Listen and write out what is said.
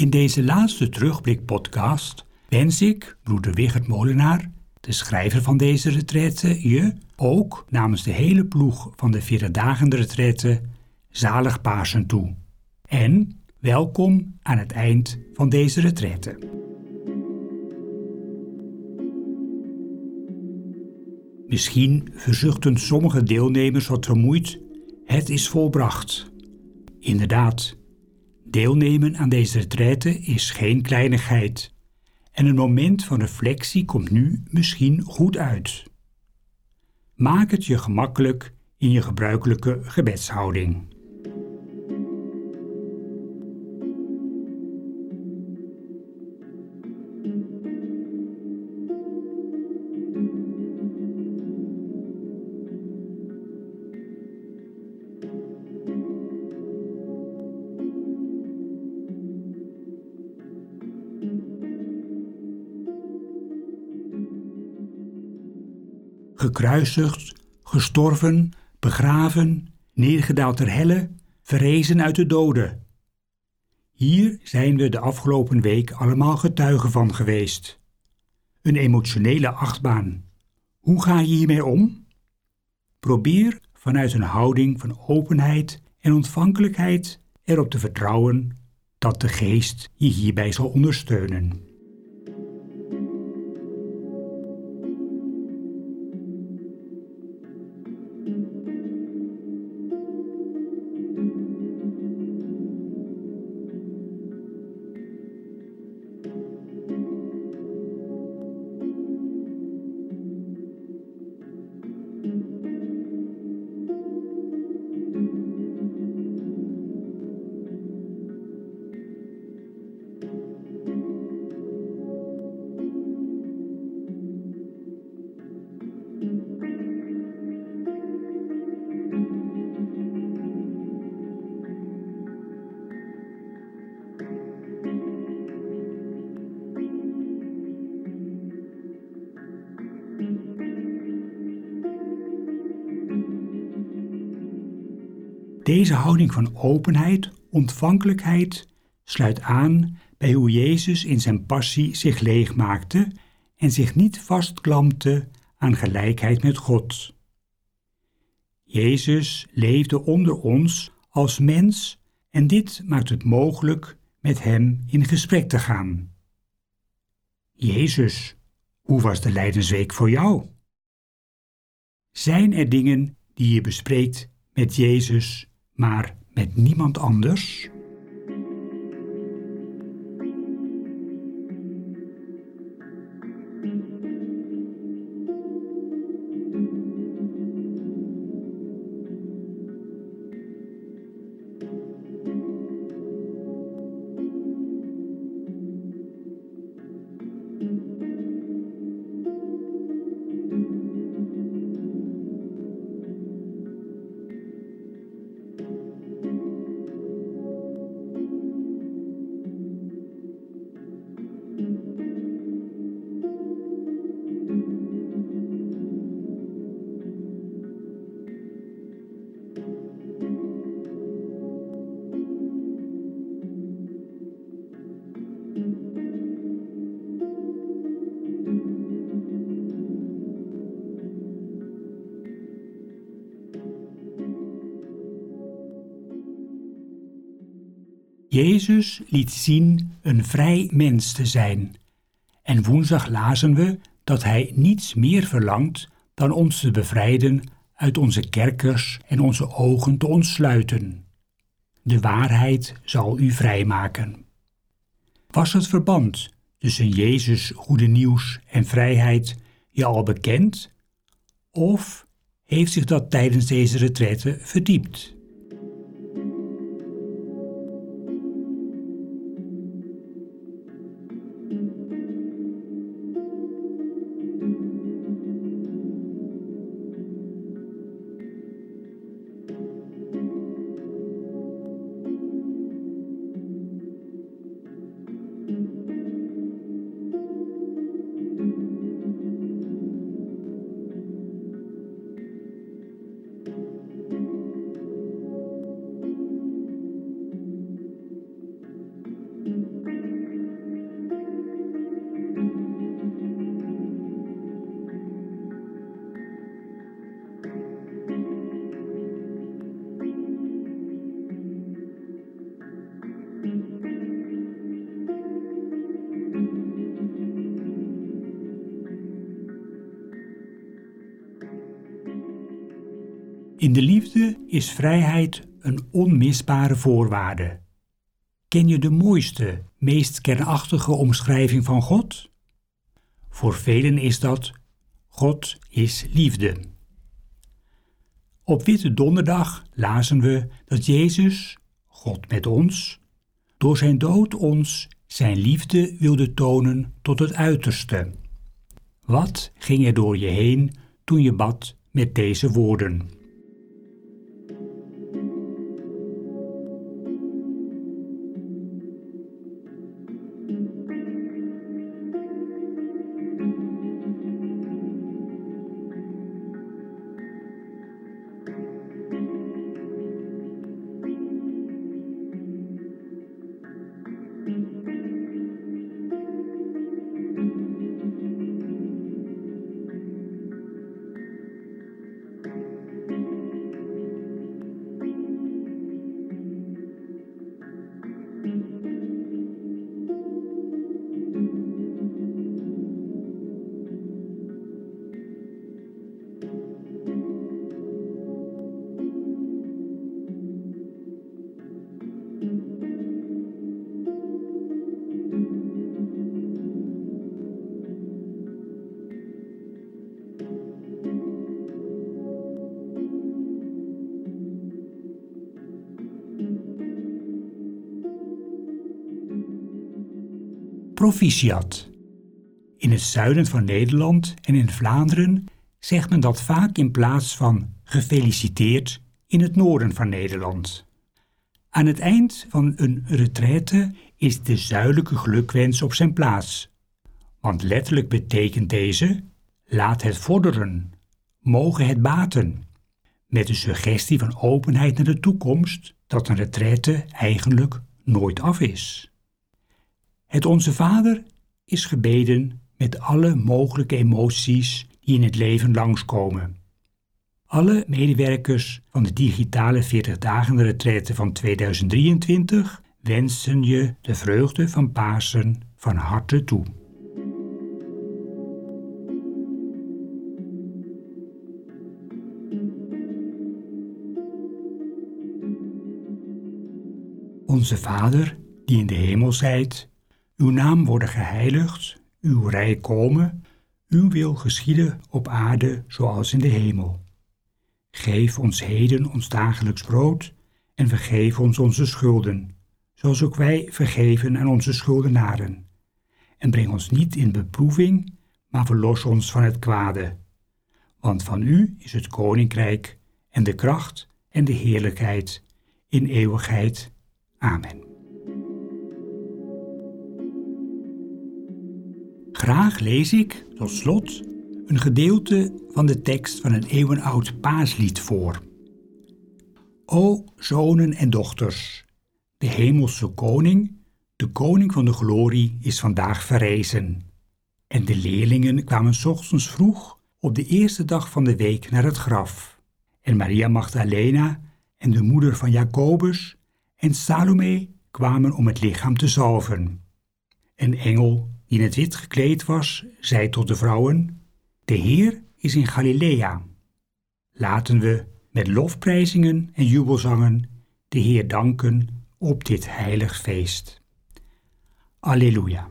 In deze laatste terugblik-podcast wens ik, broeder Wichert Molenaar, de schrijver van deze retraite, je, ook namens de hele ploeg van de 4 dagen retraite, zalig Pasen toe. En welkom aan het eind van deze retraite. Misschien verzuchten sommige deelnemers wat vermoeid: het is volbracht. Inderdaad, deelnemen aan deze retraite is geen kleinigheid. En een moment van reflectie komt nu misschien goed uit. Maak het je gemakkelijk in je gebruikelijke gebedshouding. Gekruisigd, gestorven, begraven, neergedaald ter helle, verrezen uit de doden. Hier zijn we de afgelopen week allemaal getuigen van geweest. Een emotionele achtbaan. Hoe ga je hiermee om? Probeer vanuit een houding van openheid en ontvankelijkheid erop te vertrouwen dat de Geest je hierbij zal ondersteunen. Deze houding van openheid, ontvankelijkheid sluit aan bij hoe Jezus in zijn passie zich leegmaakte en zich niet vastklampte aan gelijkheid met God. Jezus leefde onder ons als mens en dit maakt het mogelijk met hem in gesprek te gaan. Jezus, hoe was de Lijdensweek voor jou? Zijn er dingen die je bespreekt met Jezus, maar met niemand anders? Jezus liet zien een vrij mens te zijn. En woensdag lazen we dat hij niets meer verlangt dan ons te bevrijden uit onze kerkers en onze ogen te ontsluiten. De waarheid zal u vrijmaken. Was het verband tussen Jezus' goede nieuws en vrijheid je al bekend? Of heeft zich dat tijdens deze retraite verdiept? In de liefde is vrijheid een onmisbare voorwaarde. Ken je de mooiste, meest kernachtige omschrijving van God? Voor velen is dat: God is liefde. Op Witte Donderdag lazen we dat Jezus, God met ons, door zijn dood ons zijn liefde wilde tonen tot het uiterste. Wat ging er door je heen toen je bad met deze woorden? Proficiat. In het zuiden van Nederland en in Vlaanderen zegt men dat vaak in plaats van gefeliciteerd in het noorden van Nederland. Aan het eind van een retraite is de zuidelijke gelukwens op zijn plaats. Want letterlijk betekent deze: laat het vorderen, mogen het baten. Met de suggestie van openheid naar de toekomst dat een retraite eigenlijk nooit af is. Het Onze Vader is gebeden met alle mogelijke emoties die in het leven langskomen. Alle medewerkers van de digitale 40 dagen retraite van 2023 wensen je de vreugde van Pasen van harte toe. Onze Vader, die in de hemel zijt, uw naam worden geheiligd, uw rijk komen, uw wil geschieden op aarde zoals in de hemel. Geef ons heden ons dagelijks brood en vergeef ons onze schulden, zoals ook wij vergeven aan onze schuldenaren. En breng ons niet in beproeving, maar verlos ons van het kwade. Want van u is het koninkrijk en de kracht en de heerlijkheid in eeuwigheid. Amen. Graag lees ik, tot slot, een gedeelte van de tekst van een eeuwenoud paaslied voor. O zonen en dochters, de hemelse koning, de koning van de glorie, is vandaag verrezen. En de leerlingen kwamen 's ochtends vroeg op de eerste dag van de week naar het graf. En Maria Magdalena en de moeder van Jacobus en Salome kwamen om het lichaam te zalven. Een engel die in het wit gekleed was, zei tot de vrouwen: de Heer is in Galilea. Laten we met lofprijzingen en jubelzangen de Heer danken op dit heilig feest. Alleluia.